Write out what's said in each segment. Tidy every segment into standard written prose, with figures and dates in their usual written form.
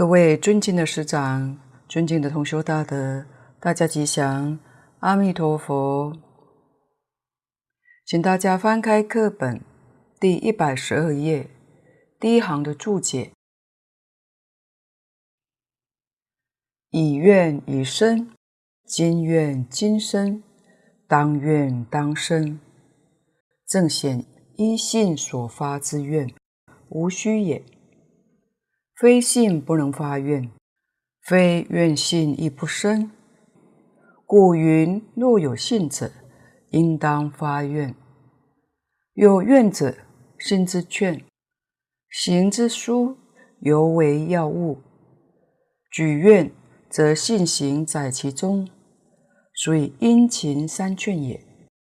各位尊敬的师长，尊敬的同修大德，大家吉祥，阿弥陀佛。请大家翻开课本第112页，第一行的注解：以愿以生，今愿今生，当愿当生，正显依性所发之愿，无虚也。非性不能发愿，非愿性亦不生。故云：若有信者，应当发愿。有愿者，心之劝，行之疏，犹为要务。举愿，则信行在其中，所以殷勤三劝也。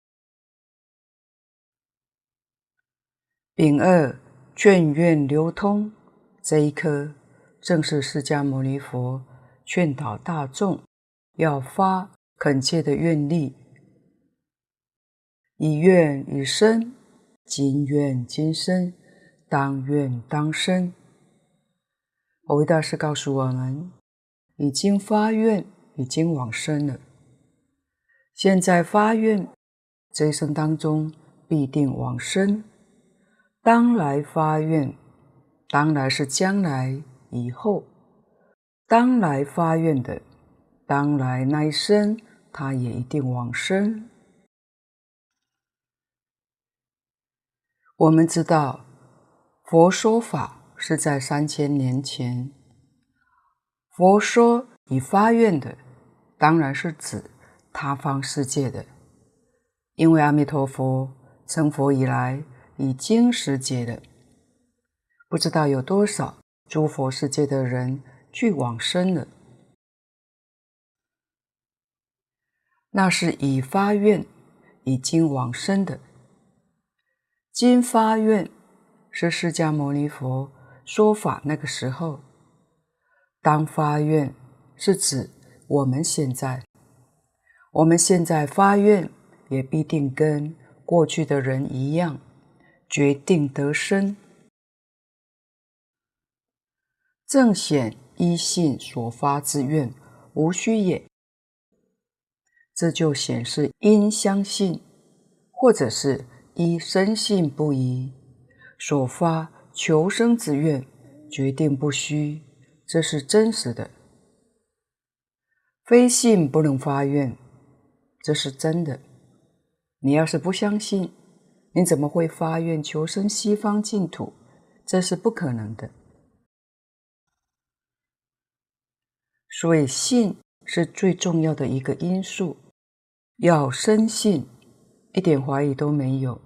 丙二，劝愿流通，这一科正是释迦牟尼佛劝导大众要发恳切的愿力，以愿以生，今愿今生，当愿当生。蕅益大师告诉我们，已经发愿，已经往生了，现在发愿，这一生当中必定往生。当来发愿，当来是将来以后，当来发愿的，当来那一生，他也一定往生。我们知道，佛说法是在3000年前，佛说已发愿的，当然是指他方世界的，因为阿弥陀佛成佛以来已经10劫了，不知道有多少诸佛世界的人去往生了。那是已发愿，已经往生的。今发愿是释迦牟尼佛说法那个时候，当发愿是指我们现在，我们现在发愿也必定跟过去的人一样，决定得生。正显依性所发之愿，无虚也。这就显示因相信，或者是依深信不疑所发求生之愿，决定不虚，这是真实的。非信不能发愿，这是真的。你要是不相信，你怎么会发愿求生西方净土？这是不可能的。所以信是最重要的一个因素，要深信，一点怀疑都没有。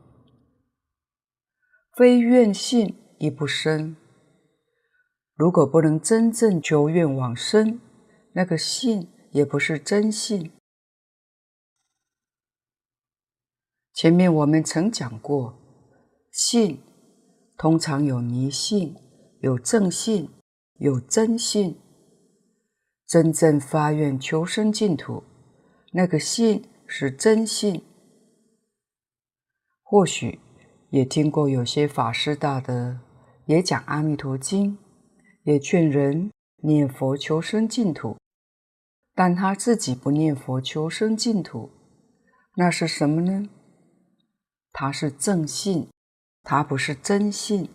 非愿信亦不生。如果不能真正求愿往生，那个信也不是真信。前面我们曾讲过，信通常有迷信，有正信，有真信。真正发愿求生净土，那个信是真信。或许也听过有些法师大德也讲阿弥陀经，也劝人念佛求生净土，但他自己不念佛求生净土，那是什么呢？他是正信，他不是真信。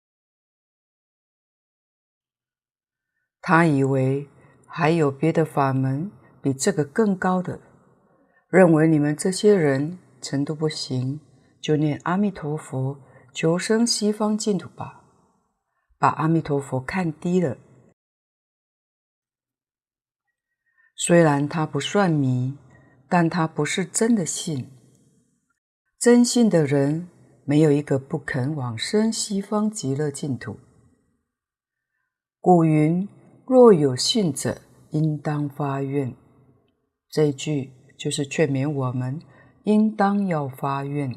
他以为还有别的法门比这个更高的，认为你们这些人程度不行，就念阿弥陀佛求生西方净土吧，把阿弥陀佛看低了。虽然他不算迷，但他不是真的信。真信的人没有一个不肯往生西方极乐净土。故云：若有信者，应当发愿。这一句就是劝勉我们应当要发愿。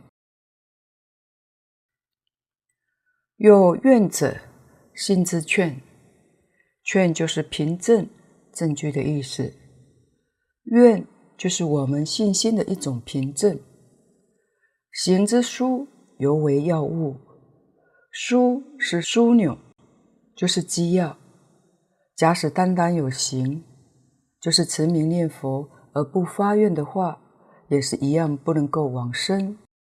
有愿者，信之劝，劝就是凭证证据的意思，愿就是我们信心的一种凭证。行之疏，犹为要务。疏是枢纽，就是机要。 假使单单有行，就是持名念佛而不发愿的话，也是一样不能够往生。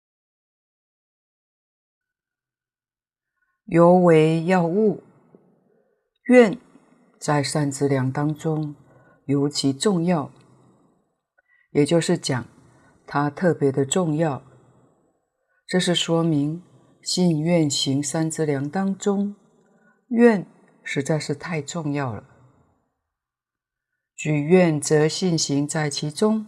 尤为要务，愿在三资粮当中尤其重要，也就是讲它特别的重要。这是说明信愿行三资粮当中，愿实在是太重要了。举愿则信行在其中。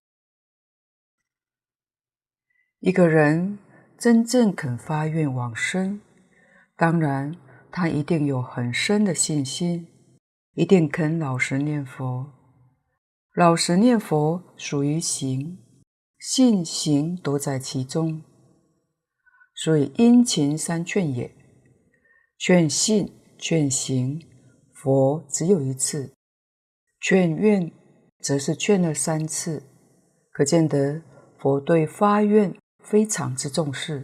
一个人真正肯发愿往生，当然他一定有很深的信心，一定肯老实念佛。老实念佛属于行，信行都在其中，所以殷勤三劝也。劝信、劝行，佛只有一次；劝愿，则是劝了3次。可见得佛对发愿非常之重视。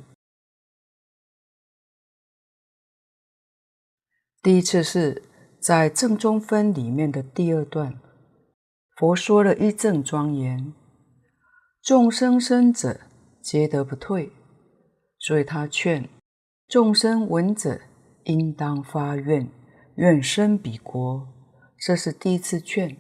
第一次是在正中分里面的第2段，佛说了一正庄严，众生生者皆得不退，所以他劝众生闻者应当发愿，愿生彼国，这是第一次劝。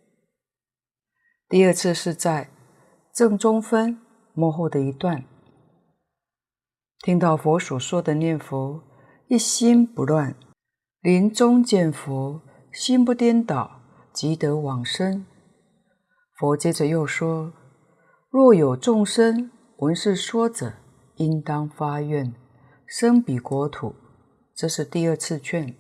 第2次是在正中分末后的一段，听到佛所说的念佛，一心不乱，临终见佛，心不颠倒，即得往生。佛接着又说，若有众生闻是说者，应当发愿，生彼国土，这是第2次劝。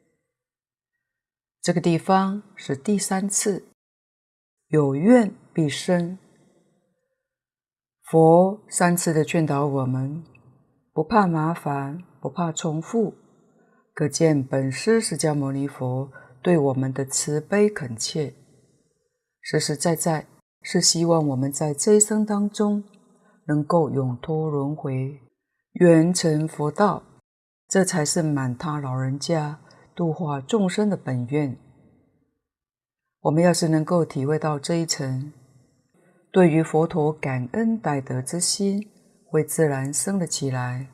这个地方是第3次，有愿必生。佛3次的劝导我们，不怕麻烦，不怕重复，可见本师释迦牟尼佛对我们的慈悲恳切，实实在在是希望我们在这一生当中能够永脱轮回，圆成佛道，这才是满他老人家度化众生的本愿。我们要是能够体会到这一层，对于佛陀感恩戴德之心会自然生了起来。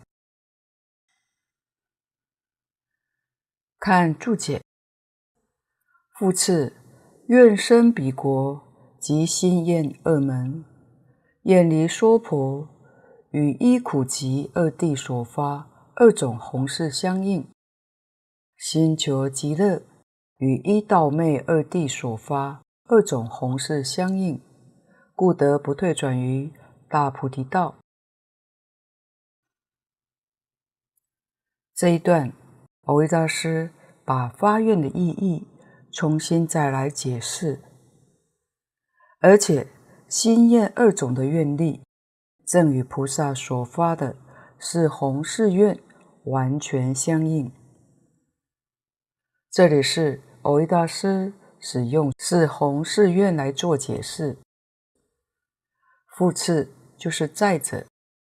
看注解，复次，愿生彼国及心厌2门，厌离娑婆与依苦集2谛所发2种弘誓相应，心求极乐与依道昧2谛所发2种弘誓相应，故得不退转于大菩提道。这一段，蕅益大师把发愿的意义重新再来解释，而且心厌2种的愿力，正与菩萨所发的是弘誓愿完全相应。这里是蕅益大师使用是弘誓愿来做解释。复次就是再者，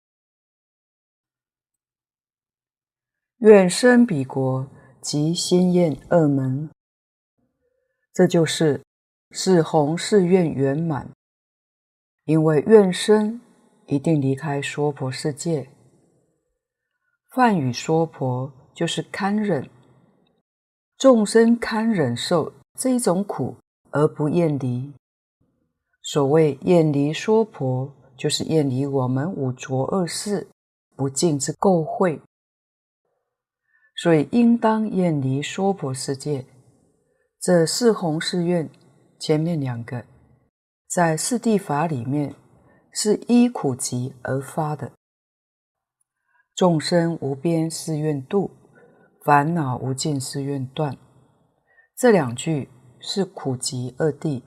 愿生彼国及心厌2门，这就是弘誓愿圆满。因为愿生一定离开娑婆世界，梵语娑婆就是堪忍，众生堪忍受这一种苦而不厌离。所谓厌离娑婆，就是厌离我们五浊恶世不净之垢秽，所以应当厌离娑婆世界。这4弘誓愿前面2个在四谛法里面是依苦集而发的，众生无边誓愿度，烦恼无尽誓愿断，这2句是苦集2谛。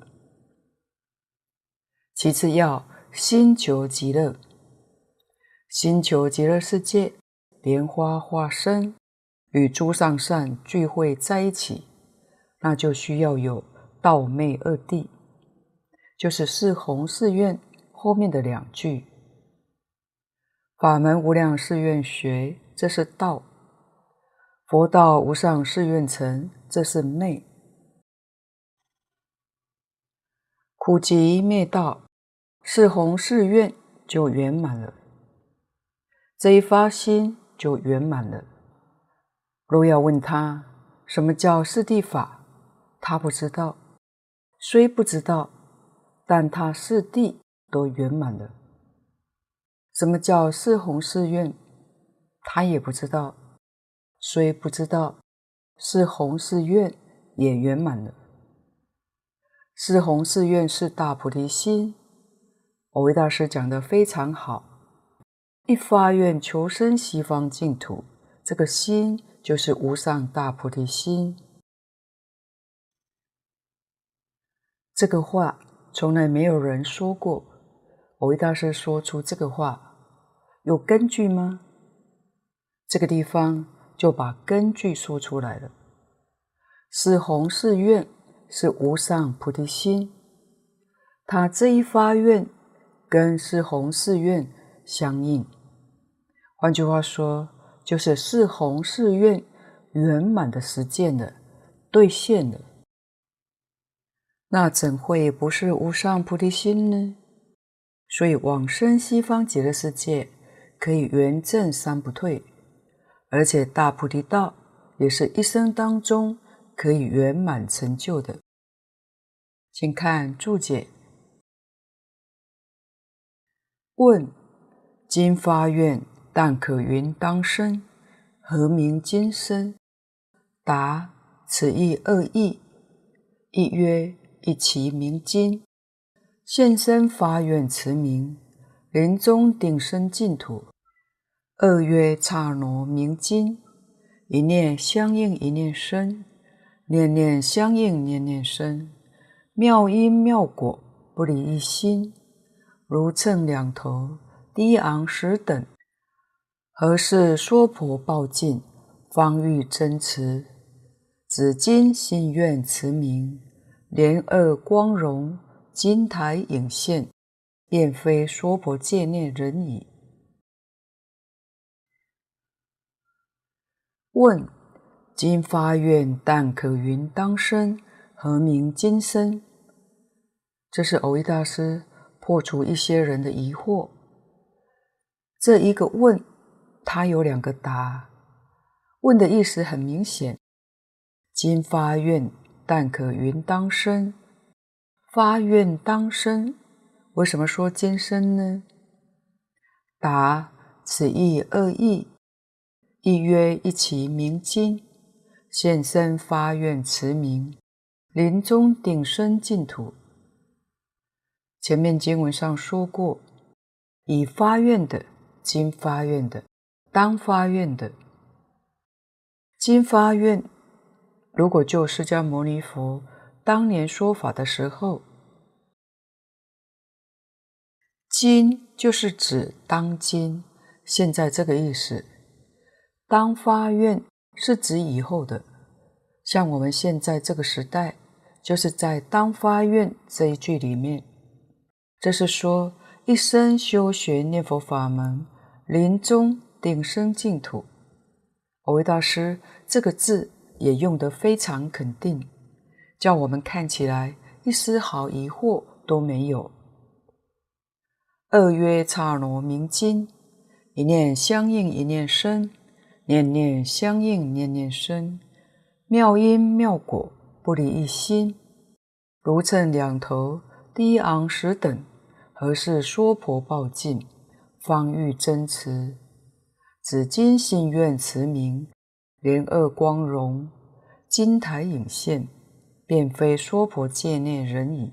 其次要心求极乐，心求极乐世界莲花化身与诸上善聚会在一起，那就需要有道昧2谛，就是4弘誓愿后面的2句。法门无量誓愿学，这是道；佛道无上誓愿成，这是昧。 苦集灭道，是弘誓愿就圆满了，这一发心就圆满了。若要问他什么叫四谛法，他不知道，虽不知道，但他四谛都圆满了。什么叫四弘誓愿，他也不知道，虽不知道，四弘誓愿也圆满了。四弘誓愿是大菩提心，蕅益大师讲得非常好。一发愿求生西方净土，这个心就是无上大菩提心。这个话从来没有人说过，蕅益大师说出这个话，有根据吗？这个地方就把根据说出来了。四弘誓愿是无上菩提心，他这一发愿跟四弘誓愿相应，换句话说，就是四弘誓愿圆满的实践了，兑现了。那怎会不是无上菩提心呢？所以往生西方极乐世界可以圆证三不退，而且大菩提道也是一生当中可以圆满成就的。请看注解。问：今发愿，但可云当生，何名今生？答：此意二义。一曰：一其名今，现身发愿持名，临终顶生净土。二曰：刹那名今，一念相应一念生，念念相应念念生，妙因妙果不离一心，如秤两头，低昂实等。何事娑婆报尽，方欲真持？只今心愿持名，莲萼光荣，金台影现，便非娑婆界内人矣。问：今发愿，但可云当生，何名今生？这是蕅益大师破除一些人的疑惑。这一个问，他有两个答。问的意思很明显，今发愿，但可云当生。发愿当生，为什么说今生呢？答：此意二义。一曰一其名今，现身发愿持名，临终顶生净土。前面经文上说过，已发愿的、今发愿的、当发愿的。今发愿，如果就释迦牟尼佛当年说法的时候，今就是指当今，现在这个意思。当发愿是指以后的，像我们现在这个时代，就是在当发愿这一句里面，这是说一生修学念佛法门，临终顶生净土。蕅益大师这个字也用得非常肯定，叫我们看起来一丝毫疑惑都没有。二曰刹那名今，一念相应一念生，念念相应念念生，妙因妙果不离一心，如秤两头，低昂实等。何事娑婆报尽，方欲真持？只今心愿持名，莲萼光荣，金台影现，便非娑婆界内人矣。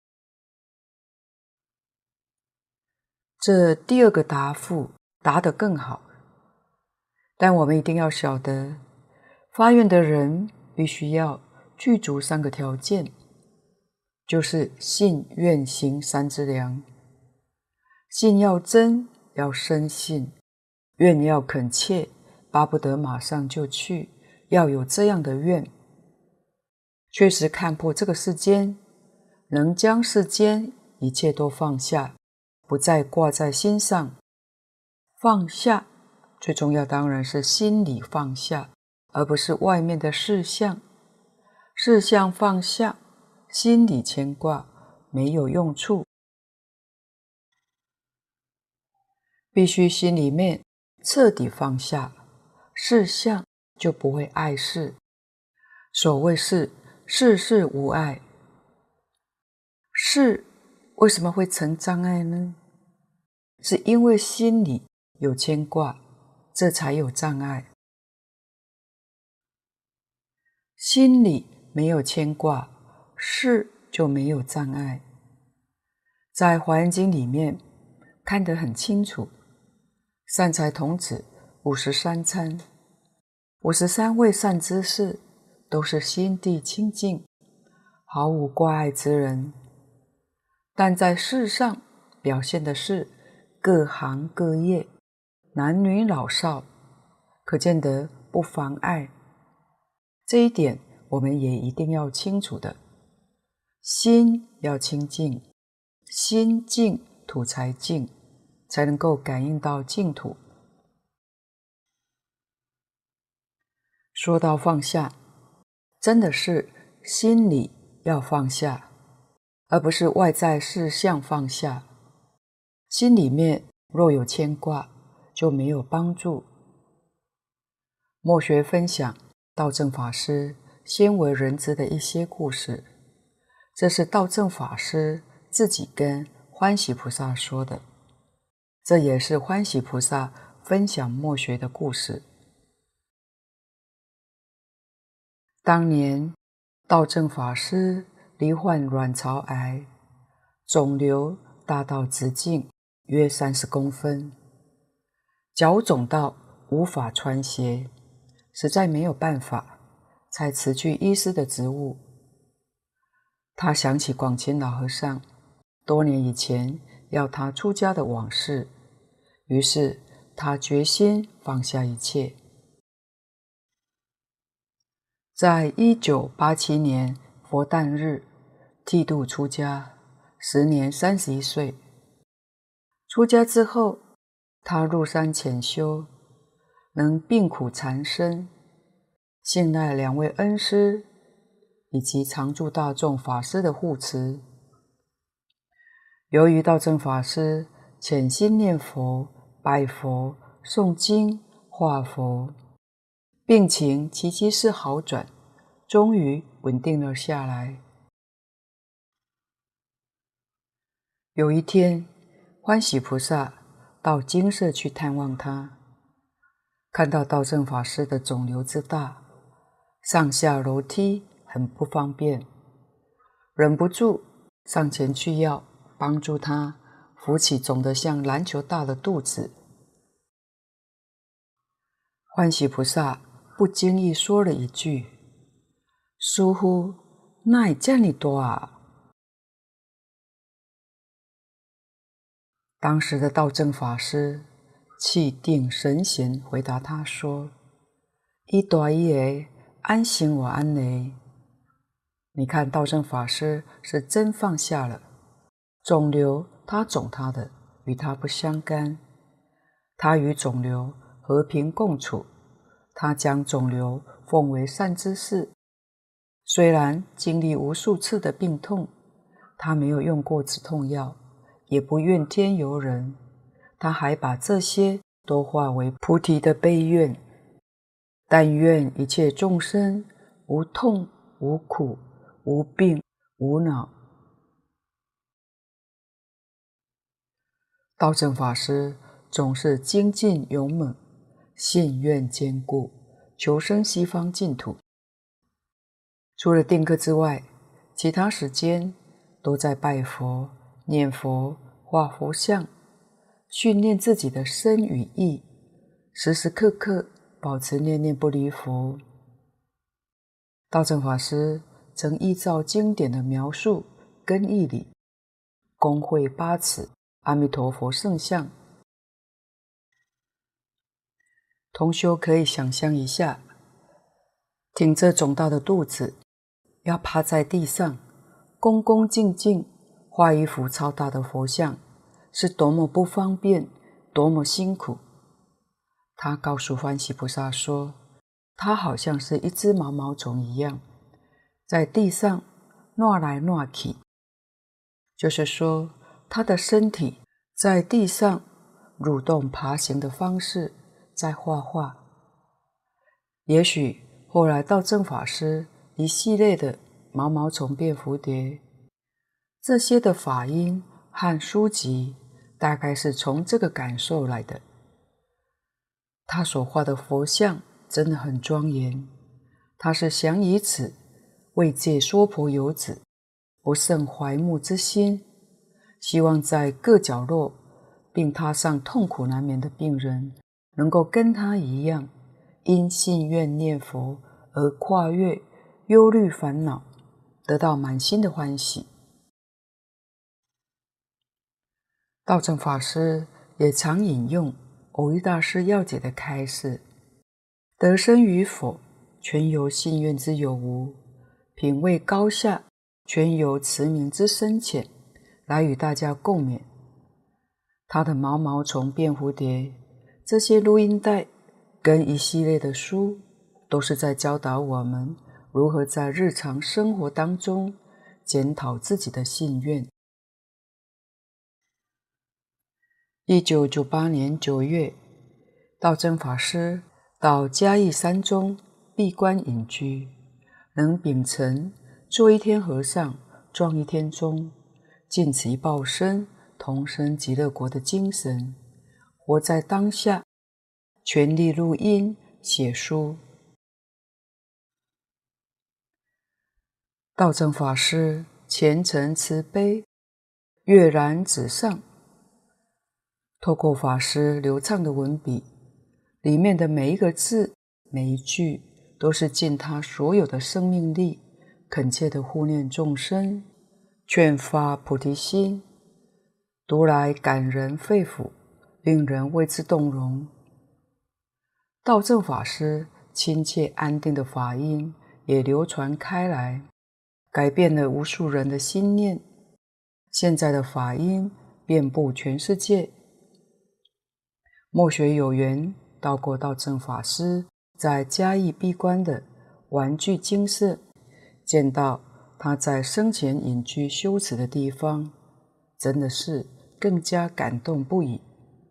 这第二个答复答得更好，但我们一定要晓得，发愿的人必须要具足三个条件，就是信愿行三资粮。信要真，要深信；愿要恳切，巴不得马上就去，要有这样的愿。确实看破这个世间，能将世间一切都放下，不再挂在心上。放下最重要当然是心里放下，而不是外面的事项。事项放下，心里牵挂， 没有用处。必须心里面彻底放下，事相就不会碍事。所谓事，事事无碍。事为什么会成障碍呢？是因为心里有牵挂，这才有障碍。心里没有牵挂，事就没有障碍。在《华严经》里面看得很清楚，善财童子53参，53位善知识都是心地清净，毫无挂碍之人，但在世上表现的是各行各业，男女老少，可见得不妨碍。这一点我们也一定要清楚的，心要清净，心净土才净，才能够感应到净土。说到放下，真的是心里要放下，而不是外在事项放下。心里面若有牵挂，就没有帮助。墨学分享道正法师鲜为人知的一些故事，这是道正法师自己跟欢喜菩萨说的，这也是欢喜菩萨分享墨学的故事。当年道正法师罹患卵巢癌，肿瘤大到直径约30公分，脚肿到无法穿鞋，实在没有办法，才辞去医师的职务。他想起广钦老和尚多年以前要他出家的往事，于是他决心放下一切。在1987年佛诞日剃度出家，时年31岁。出家之后，他入山潜修，能病苦缠身，信赖2位恩师以及常住大众法师的护持。由于道正法师潜心念佛、拜佛、诵经、画佛，病情奇迹式好转，终于稳定了下来。有一天，欢喜菩萨到精舍去探望他，看到道正法师的肿瘤之大，上下楼梯很不方便，忍不住上前去要帮助他扶起肿得像篮球大的肚子。欢喜菩萨不经意说了一句：“师父，哪会这么大啊？”当时的道正法师气定神闲回答他说：“一大一个，安心我安雷。”你看道正法师是真放下了，肿瘤他肿他的，与他不相干，他与肿瘤和平共处，他将肿瘤奉为善知识。虽然经历无数次的病痛，他没有用过止痛药，也不怨天尤人，他还把这些都化为菩提的悲愿，但愿一切众生无痛无苦无病无恼。道正法师总是精进勇猛，信愿坚固，求生西方净土。除了定课之外，其他时间都在拜佛、念佛、画佛像，训练自己的身与意，时时刻刻保持念念不离佛。道正法师曾依照经典的描述跟义理，供绘8尺阿弥陀佛圣像。同修可以想象一下，挺着肿大的肚子，要趴在地上，恭恭敬敬画一幅超大的佛像，是多么不方便，多么辛苦。他告诉欢喜菩萨说，他好像是一只毛毛虫一样，在地上挪来挪去， 就是说他的身体在地上蠕动爬行的方式在画画。也许后来道正法师一系列的毛毛虫变蝴蝶，这些的法音和书籍大概是从这个感受来的。他所画的佛像真的很庄严，他是想以此慰藉娑婆游子不胜怀慕之心，希望在各角落病榻上痛苦难眠的病人能够跟他一样，因信愿念佛而跨越忧虑烦恼，得到满心的欢喜。道正法师也常引用藕益大师要解的开示：得生与否，全由信愿之有无；品位高下，全由持名之深浅，来与大家共勉。他的毛毛虫变蝴蝶这些录音带跟一系列的书，都是在教导我们如何在日常生活当中检讨自己的信愿。1998年9月，道真法师到嘉义山中闭关隐居，能秉承做一天和尚撞一天钟，尽此一报身，同生极乐国的精神，活在当下，全力录音写书。道正法师虔诚慈悲，跃然纸上，透过法师流畅的文笔，里面的每一个字每一句都是尽他所有的生命力，恳切的护念众生，劝发菩提心，读来感人肺腑，令人为之动容。道正法师亲切安定的法音也流传开来，改变了无数人的心念。现在的法音遍布全世界。末学有缘到过道正法师在嘉义闭关的玩具精舍，见到他在生前隐居修持的地方，真的是更加感动不已。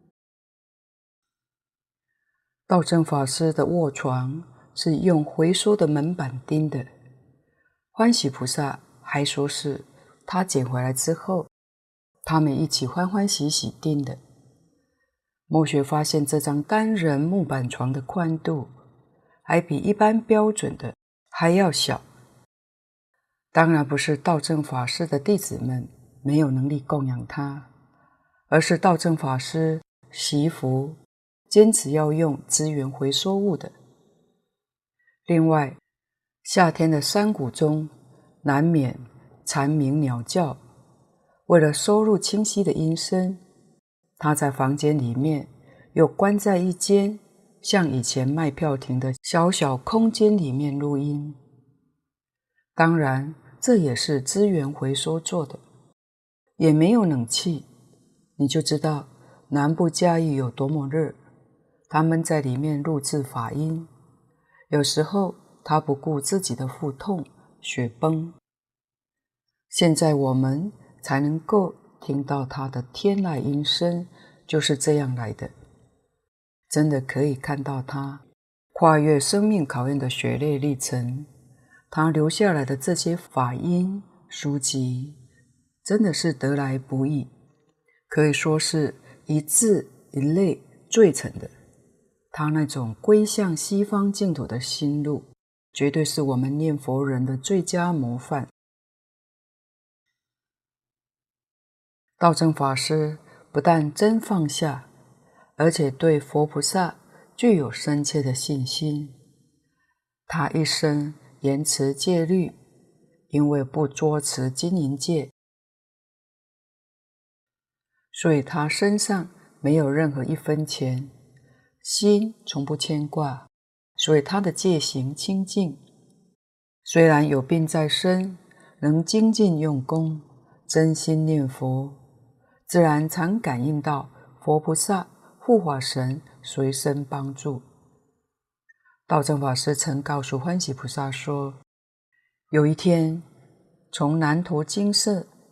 道正法师的卧床是用回收的门板钉的，欢喜菩萨还说是他捡回来之后，他们一起欢欢喜喜钉的。末学发现这张单人木板床的宽度还比一般标准的还要小。当然不是道正法师的弟子们没有能力供养他，而是道正法师惜福，坚持要用资源回收物的。另外，夏天的山谷中难免蝉鸣鸟叫，为了收录清晰的音声，他在房间里面又关在一间像以前卖票亭的小小空间里面录音。当然这也是资源回收做的，也没有冷气，你就知道南部嘉义有多么热。他们在里面录制法音，有时候他不顾自己的腹痛血崩，现在我们才能够听到他的天籁音声，就是这样来的。真的可以看到他跨越生命考验的血泪历程，他留下来的这些法音书籍真的是得来不易，可以说是一字一泪缀成的。他那种归向西方净土的心路，绝对是我们念佛人的最佳模范。道正法师不但真放下，而且对佛菩萨具有深切的信心。他一生严持戒律，因为不捉持金银戒，所以他身上没有任何一分钱，心从不牵挂，所以他的戒行清净。虽然有病在身，能精进用功，真心念佛，自然常感应到佛菩萨、护法神随身帮助。道正法师曾告诉欢喜菩萨说，有一天从南投精舍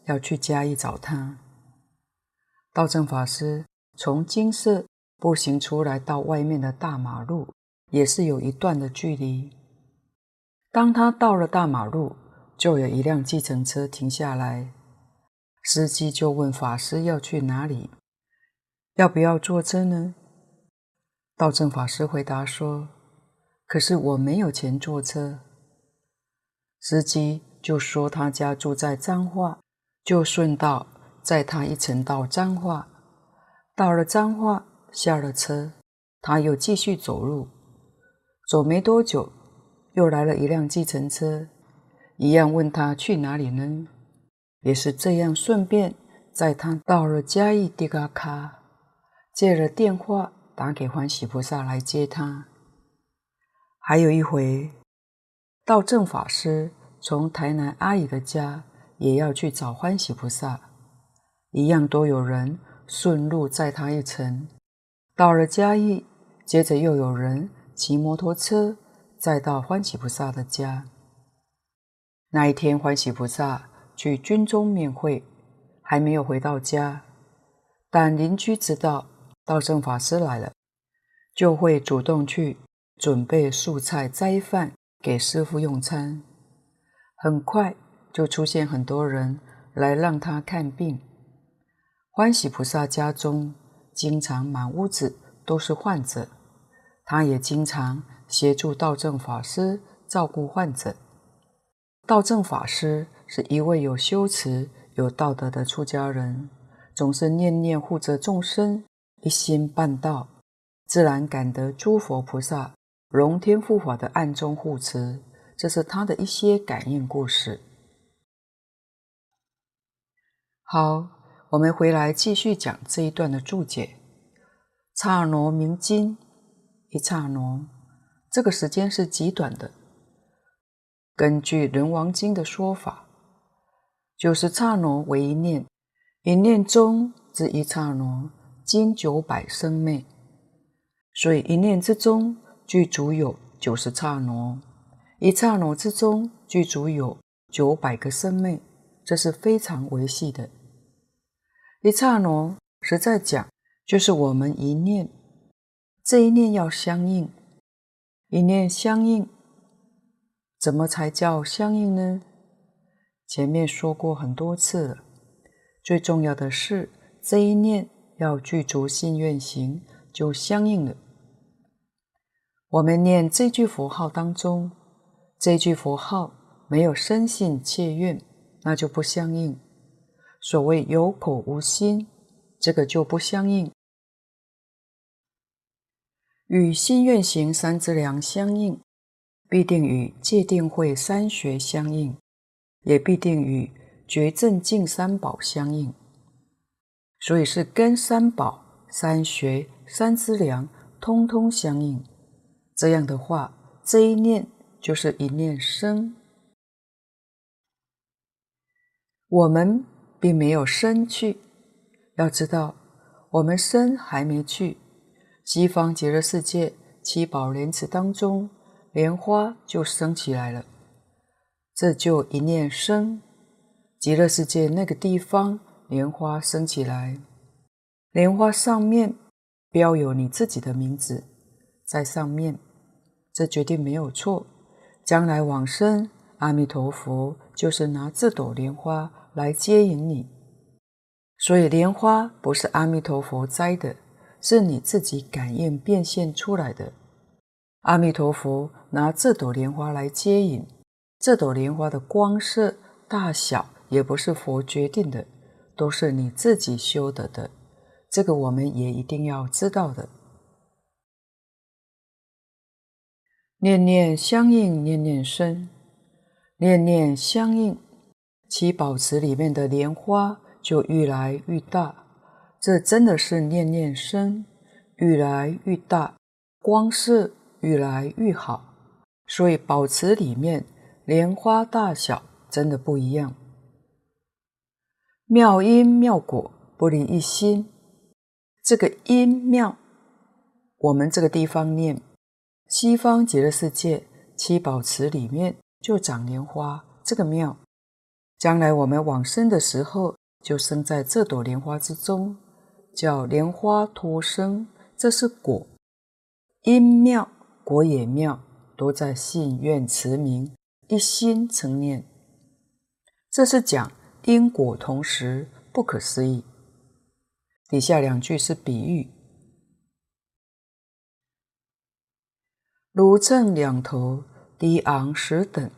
要去嘉义找他。道正法师从精舍步行出来到外面的大马路，也是有一段的距离。当他到了大马路，就有一辆计程车停下来，司机就问法师要去哪里，要不要坐车呢？道正法师回答说：可是我没有钱坐车。司机就说他家住在彰化，就顺道载他一程到彰化。到了彰化，下了车，他又继续走路。走没多久，又来了一辆计程车，一样问他去哪里呢？也是这样顺便载他到了嘉义地嘎卡，借了电话打给欢喜菩萨来接他。还有一回，道正法师从台南阿姨的家也要去找欢喜菩萨，一样都有人顺路载他一程。到了嘉义，接着又有人骑摩托车载到欢喜菩萨的家。那一天欢喜菩萨去军中面会，还没有回到家，但邻居知道道正法师来了，就会主动去准备素菜斋饭给师父用餐。很快就出现很多人来让他看病。欢喜菩萨家中经常满屋子都是患者，他也经常协助道正法师照顾患者。道正法师是一位有修持、有道德的出家人，总是念念护着众生，一心办道，自然感得诸佛菩萨、龙天护法的暗中护持，这是他的一些感应故事。好，我们回来继续讲这一段的注解。刹那明经，一刹那，这个时间是极短的。根据人王经的说法，就是刹那为一念，一念中之一刹那，经900生灭。所以一念之中具足有90刹那，一刹那之中具足有900个生灭，这是非常微细的。一刹那实在讲，就是我们一念，这一念要相应，一念相应，怎么才叫相应呢？前面说过很多次了，最重要的是这一念要具足信愿行，就相应了。我们念这句佛号当中，这句佛号没有深信切愿，那就不相应。所谓有口无心，这个就不相应。与信愿行三资粮相应，必定与戒定慧三学相应，也必定与觉正净三宝相应。所以是跟三宝、三学、三资粮通通相应。这样的话，这一念就是一念生。我们并没有生去，要知道我们生还没去。西方极乐世界七宝莲池当中，莲花就生起来了，这就一念生。极乐世界那个地方莲花生起来，莲花上面标有你自己的名字在上面，这决定没有错。将来往生，阿弥陀佛就是拿这朵莲花来接引你。所以莲花不是阿弥陀佛栽的，是你自己感应变现出来的。阿弥陀佛拿这朵莲花来接引，这朵莲花的光色大小也不是佛决定的，都是你自己修得的，这个我们也一定要知道的。念念相应，念念生，念念相应，七宝池里面的莲花就愈来愈大，这真的是念念生，愈来愈大，光色愈来愈好，所以宝池里面莲花大小真的不一样。妙因妙果不离一心，这个因妙，我们这个地方念，西方极乐世界七宝池里面就长莲花，这个妙。 将来我们往生的时候，就生在这朵莲花之中，叫莲花托生，这是果。因妙，果也妙，都在信愿持名，一心称念。这是讲因果同时，不可思议。底下2句是比喻，如秤两头，低昂实等。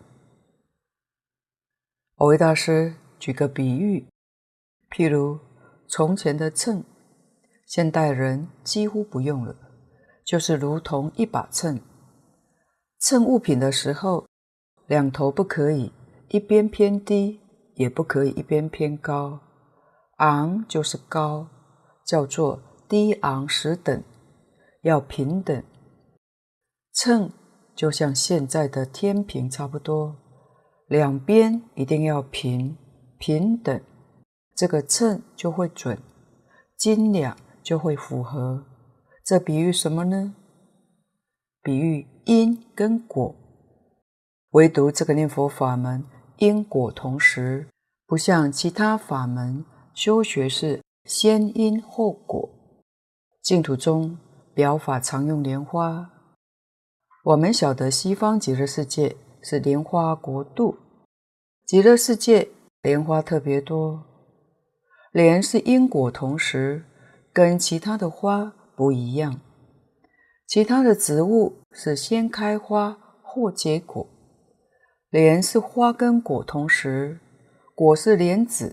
蕅益大师举个比喻，譬如从前的秤，现代人几乎不用了，就是如同一把秤。称物品的时候，两头不可以一边偏低，也不可以一边偏高。昂就是高，叫做低昂实等，要平等。秤就像现在的天平差不多，两边一定要平等，这个秤就会准，斤两就会符合。这比喻什么呢？比喻因跟果，唯独这个念佛法门因果同时，不像其他法门修学是先因后果。净土中表法常用莲花，我们晓得西方极乐世界是莲花国度，极乐世界莲花特别多。莲是因果同时，跟其他的花不一样。其他的植物是先开花后结果，莲是花跟果同时，果是莲子，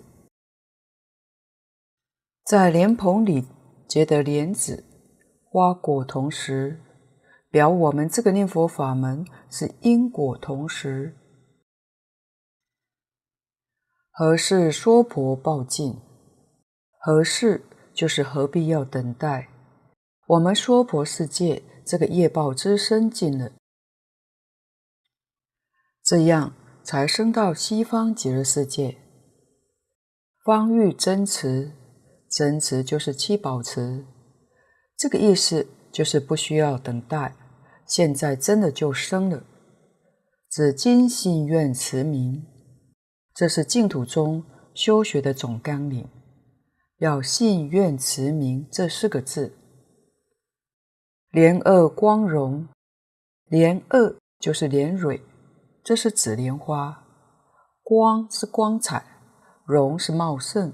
在莲蓬里结的莲子，花果同时，表我们这个念佛法门是因果同时。何事娑婆报尽？何事就是何必要等待？我们娑婆世界这个业报之身尽了，这样才升到西方极乐世界。方欲真持，真持就是七宝池，这个意思就是不需要等待，现在真的就生了。只今信愿持名，这是净土中修学的总纲领，要信愿持名这4个字。莲萼光荣，莲萼就是莲蕊，这是指莲花，光是光彩，荣是茂盛。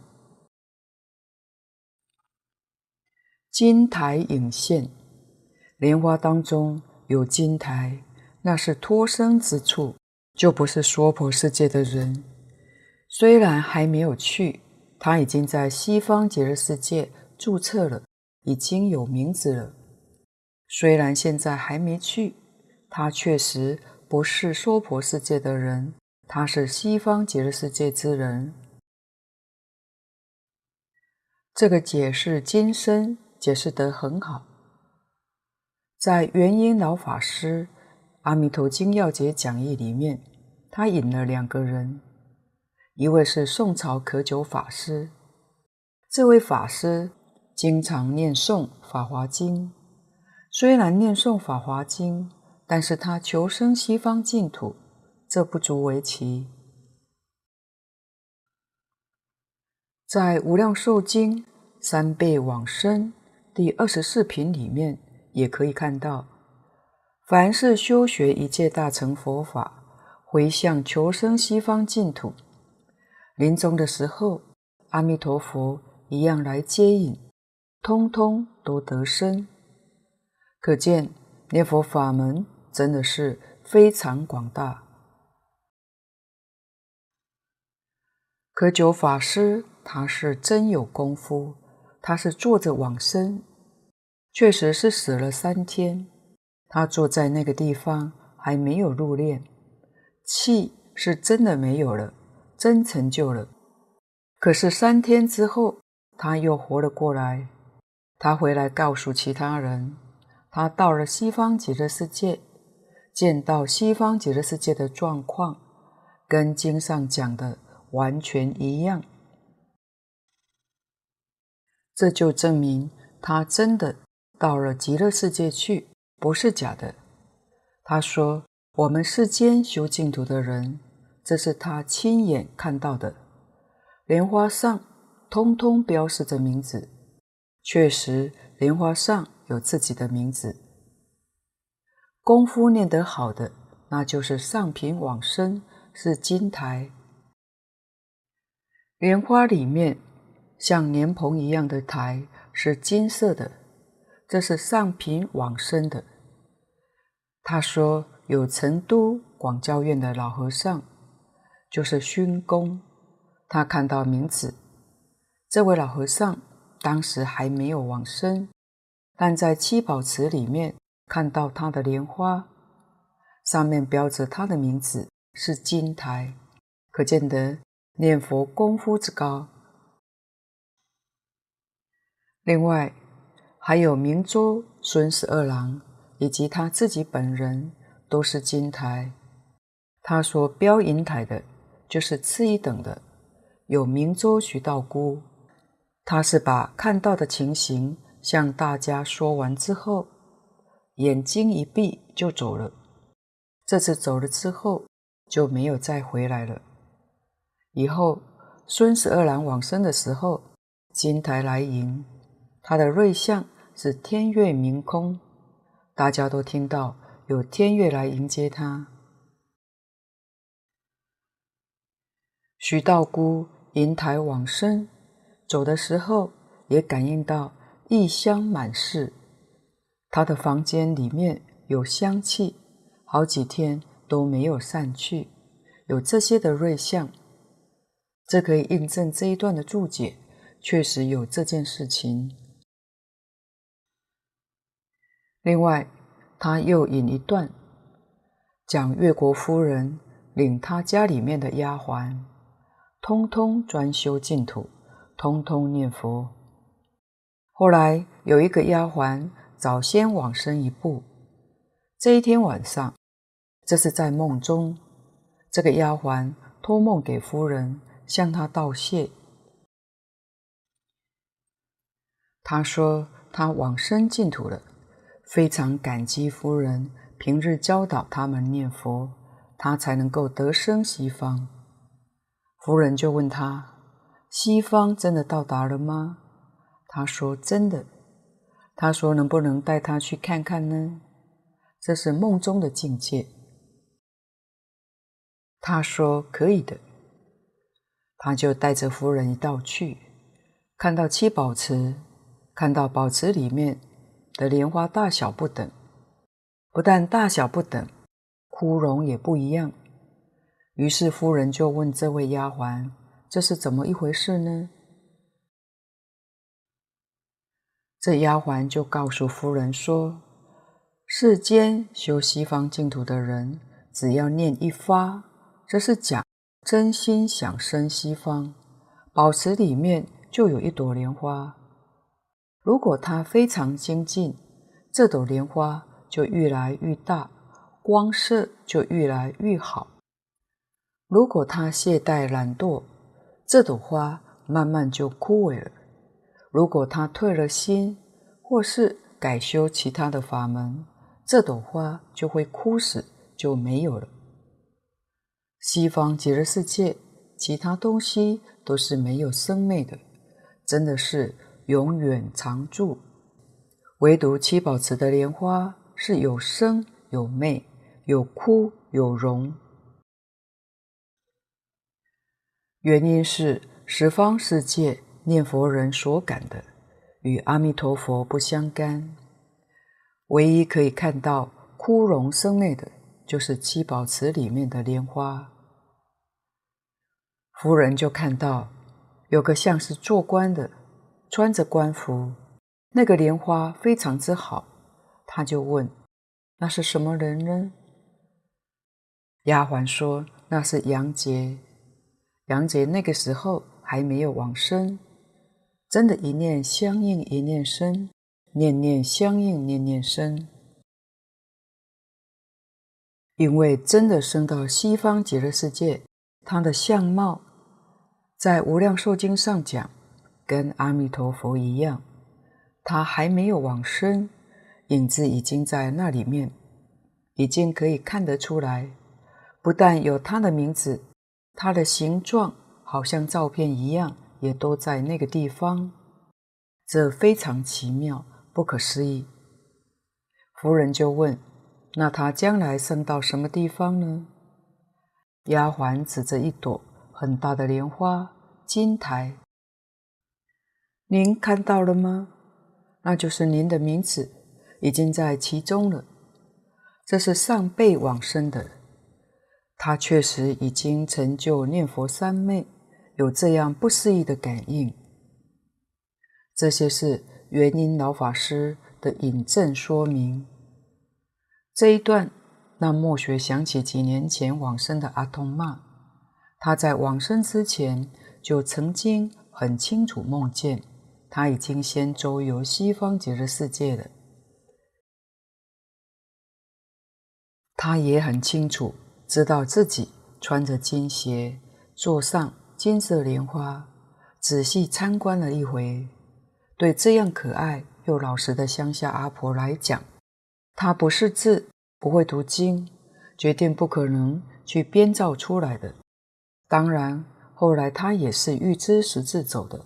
金台影现，莲花当中有金台，那是托生之处，就不是娑婆世界的人。虽然还没有去，他已经在西方极乐世界注册了，已经有名字了。虽然现在还没去，他确实不是娑婆世界的人，他是西方极乐世界之人。这个解释今生解释得很好。在元音老法师《阿弥陀经要解讲义》里面，他引了2个人，一位是宋朝可久法师，这位法师经常念诵《法华经》，虽然念诵《法华经》，但是他求生西方净土，这不足为奇。在《无量寿经》三倍往生第24品里面也可以看到，凡是修学一切大乘佛法，回向求生西方净土，临终的时候，阿弥陀佛一样来接引，通通都得生。可见念佛法门真的是非常广大。可久法师他是真有功夫，他是坐着往生，确实是死了3天，他坐在那个地方还没有入殓，气是真的没有了，真成就了。可是3天之后他又活了过来，他回来告诉其他人，他到了西方极乐世界，见到西方极乐世界的状况跟经上讲的完全一样，这就证明他真的到了极乐世界去，不是假的。他说我们世间修净土的人这是他亲眼看到的。莲花上通通标示着名字，确实莲花上有自己的名字。功夫念得好的，那就是上品往生，是金台。莲花里面像莲蓬一样的台是金色的，这是上品往生的。他说有成都广教院的老和尚，就是勋公，他看到名字。这位老和尚当时还没有往生，但在七宝池里面看到他的莲花，上面标着他的名字是金台，可见得念佛功夫之高。另外还有明州孙十二郎以及他自己本人都是金台。他所标银台的就是次一等的，有明州徐道姑，他是把看到的情形向大家说完之后，眼睛一闭就走了。这次走了之后就没有再回来了。以后孙十二郎往生的时候，金台来迎，他的瑞相是天月明空，大家都听到有天月来迎接他。徐道姑迎台往生，走的时候也感应到异香满室，他的房间里面有香气，好几天都没有散去，有这些的瑞相。这可以印证这一段的注解，确实有这件事情。另外他又引一段，讲越国夫人领他家里面的丫鬟通通专修净土，通通念佛。后来有一个丫鬟早先往生一步，这一天晚上，这是在梦中，这个丫鬟托梦给夫人，向她道谢。她说她往生净土了，非常感激夫人平日教导他们念佛，她才能够得生西方。夫人就问他，西方真的到达了吗？他说真的。他说能不能带他去看看呢？这是梦中的境界。他说可以的。他就带着夫人一道去，看到七宝池，看到宝池里面的莲花大小不等，不但大小不等，枯荣也不一样。于是夫人就问这位丫鬟，这是怎么一回事呢？这丫鬟就告诉夫人说，世间修西方净土的人，只要念一发，这是讲真心想生西方，宝池里面就有一朵莲花。如果他非常精进，这朵莲花就越来越大，光色就越来越好。如果他懈怠懒惰，这朵花慢慢就枯萎了。如果他退了心，或是改修其他的法门，这朵花就会枯死，就没有了。西方极乐世界，其他东西都是没有生灭的，真的是永远常住。唯独七宝池的莲花是有生有灭，有枯有荣。原因是十方世界念佛人所感的，与阿弥陀佛不相干。唯一可以看到枯荣生灭的，就是七宝池里面的莲花。夫人就看到有个像是做官的，穿着官服，那个莲花非常之好。她就问，那是什么人呢？丫鬟说，那是杨杰。杨杰那个时候还没有往生，真的一念相应一念生，念念相应念念生。因为真的升到西方极乐世界，他的相貌在无量寿经上讲跟阿弥陀佛一样，他还没有往生，影子已经在那里面，已经可以看得出来。不但有他的名字它的形状好像照片一样，也都在那个地方。这非常奇妙，不可思议。夫人就问：那他将来升到什么地方呢？丫鬟指着一朵很大的莲花金台：您看到了吗？那就是您的名字，已经在其中了。这是上辈往生的，他确实已经成就念佛三昧，有这样不思议的感应。这些是元音老法师的引证说明。这一段让默学想起几年前往生的阿通玛，他在往生之前就曾经很清楚梦见，他已经先周游西方极乐世界了。他也很清楚知道自己穿着金鞋，坐上金色莲花，仔细参观了一回。对这样可爱又老实的乡下阿婆来讲，她不识字，不会读经，决定不可能去编造出来的。当然，后来她也是预知时至走的。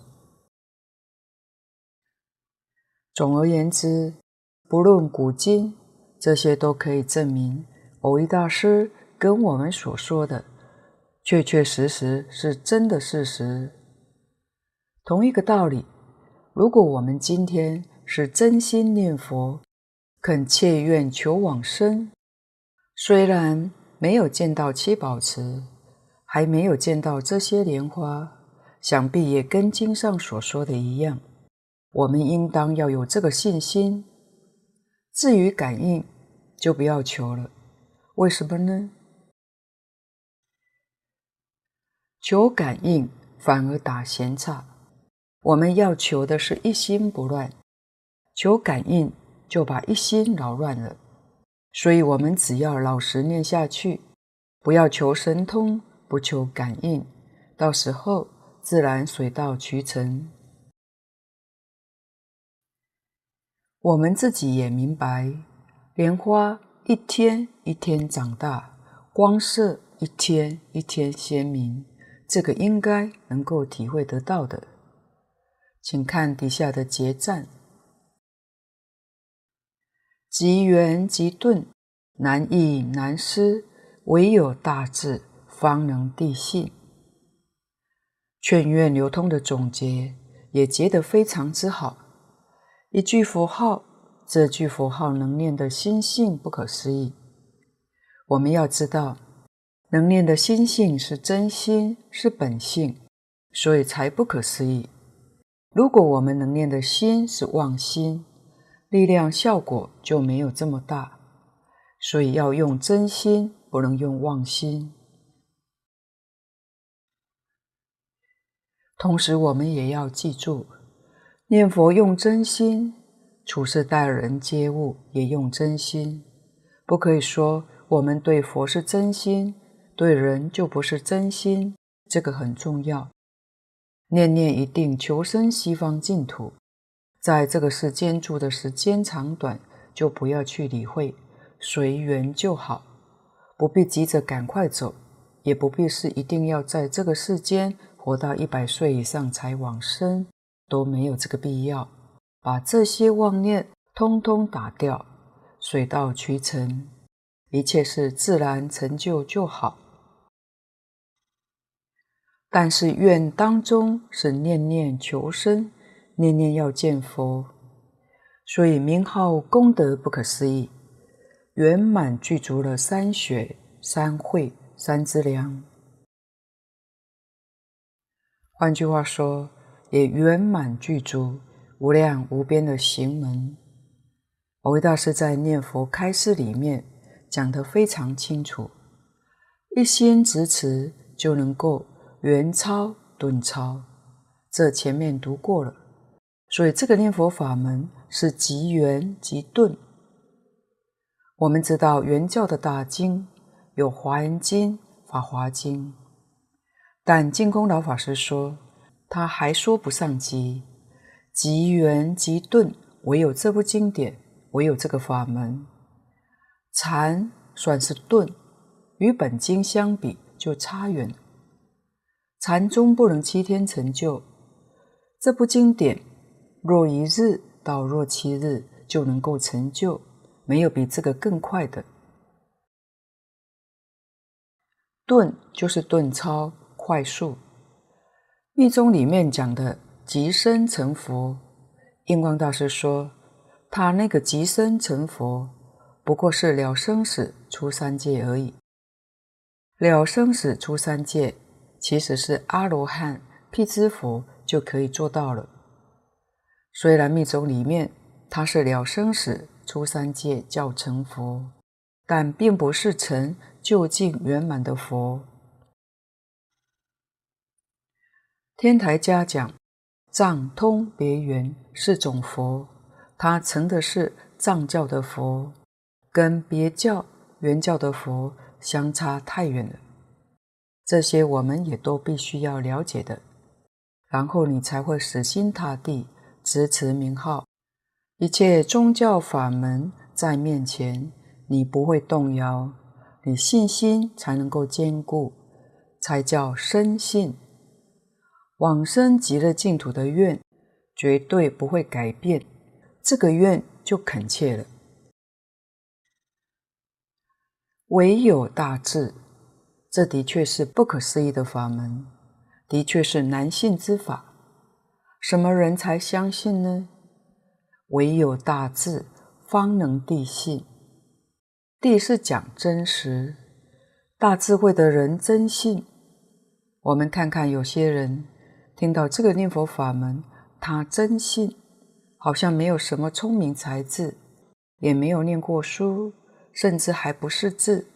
总而言之，不论古今，这些都可以证明蕅益大师跟我们所说的确确实实是真的事实。同一个道理，如果我们今天是真心念佛，肯切愿求往生，虽然没有见到七宝池，还没有见到这些莲花，想必也跟经上所说的一样，我们应当要有这个信心。至于感应，就不要求了。为什么呢？求感应反而打闲岔。我们要求的是一心不乱，求感应就把一心扰乱了。所以我们只要老实念下去，不要求神通，不求感应，到时候自然水到渠成。我们自己也明白，莲花一天一天长大，光色一天一天鲜明，这个应该能够体会得到的。请看底下的结赞：极圆极顿，难易难思，唯有大智，方能谛信。劝愿流通的总结也结得非常之好。一句佛号，这句佛号能念的心性不可思议。我们要知道，能念的心性是真心，是本性，所以才不可思议。如果我们能念的心是妄心，力量效果就没有这么大，所以要用真心，不能用妄心。同时我们也要记住，念佛用真心，处事待人接物也用真心，不可以说我们对佛是真心，对人就不是真心，这个很重要。念念一定求生西方净土，在这个世间住的时间长短，就不要去理会，随缘就好，不必急着赶快走，也不必是一定要在这个世间活到100岁以上才往生，都没有这个必要。把这些妄念通通打掉，水到渠成，一切是自然成就就好。但是愿当中是念念求生，念念要见佛，所以名号功德不可思议，圆满具足了三学、三慧、三资粮。换句话说，也圆满具足无量无边的行门。蕅益大师在念佛开示里面讲得非常清楚，一心直持就能够圆超顿超，这前面读过了。所以这个念佛法门是即圆即顿。我们知道原教的大经有华严经、法华经，但净空老法师说他还说不上即圆即顿，唯有这部经典，唯有这个法门。禅算是顿，与本经相比就差远了。 禅宗不能7天成就。这部经典若1日到若7日就能够成就，没有比这个更快的。顿就是顿超、快速。密宗里面讲的即生成佛，印光大师说，他那个即生成佛不过是了生死出三界而已。了生死出三界其实是阿罗汉、辟支佛就可以做到了。虽然密宗里面他是了生死出三界叫成佛，但并不是成究竟圆满的佛。天台家讲藏通别圆是种佛，他成的是藏教的佛，跟别教原教的佛相差太远了。这些我们也都必须要了解的，然后你才会死心塌地持持名号。一切宗教法门在面前，你不会动摇，你信心才能够坚固，才叫深信。往生极乐净土的愿绝对不会改变，这个愿就恳切了。唯有大智，这的确是不可思议的法门，的确是难信之法。什么人才相信呢？唯有大智，方能地信。地是讲真实，大智慧的人真信。我们看看有些人听到这个念佛法门，他真信，好像没有什么聪明才智，也没有念过书，甚至还不识字。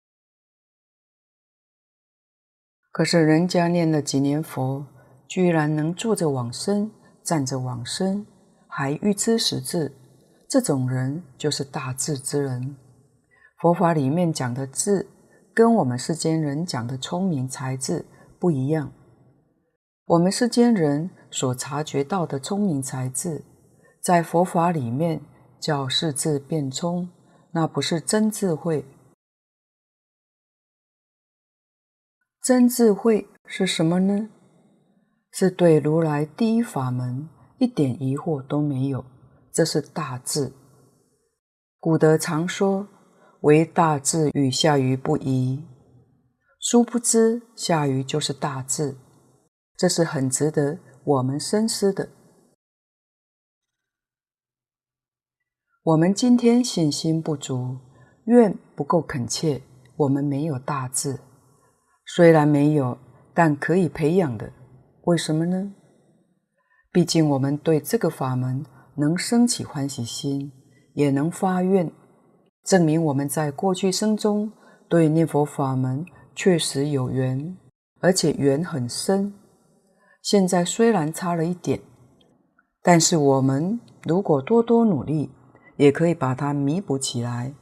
可是人家念了几年佛，居然能坐着往生，站着往生，还预知识字，这种人就是大智之人。佛法里面讲的智，跟我们世间人讲的聪明才智不一样。我们世间人所察觉到的聪明才智，在佛法里面叫识智辩聪，那不是真智慧。真智慧是什么呢？是对如来第一法门一点疑惑都没有，这是大智。古德常说，唯大智与下愚不移，殊不知下愚就是大智，这是很值得我们深思的。我们今天信心不足，愿不够恳切，我们没有大智。虽然没有，但可以培养的。为什么呢？毕竟我们对这个法门能生起欢喜心，也能发愿，证明我们在过去生中对念佛法门确实有缘，而且缘很深。现在虽然差了一点，但是我们如果多多努力，也可以把它弥补起来。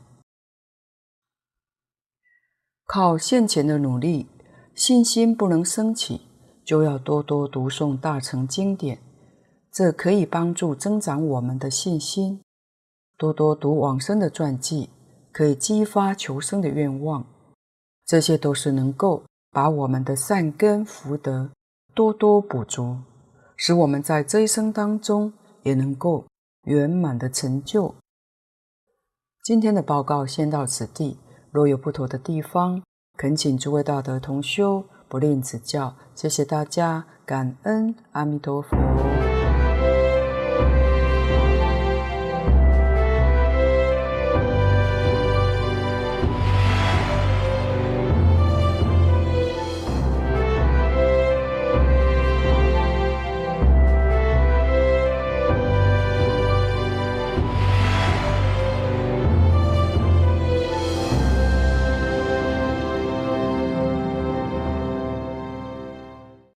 靠现前的努力，信心不能升起，就要多多读诵大乘经典，这可以帮助增长我们的信心。多多读往生的传记，可以激发求生的愿望，这些都是能够把我们的善根福德多多补足，使我们在这一生当中也能够圆满的成就。今天的报告先到此地，若有不妥的地方，恳请诸位大德同修不吝指教，谢谢大家，感恩阿弥陀佛。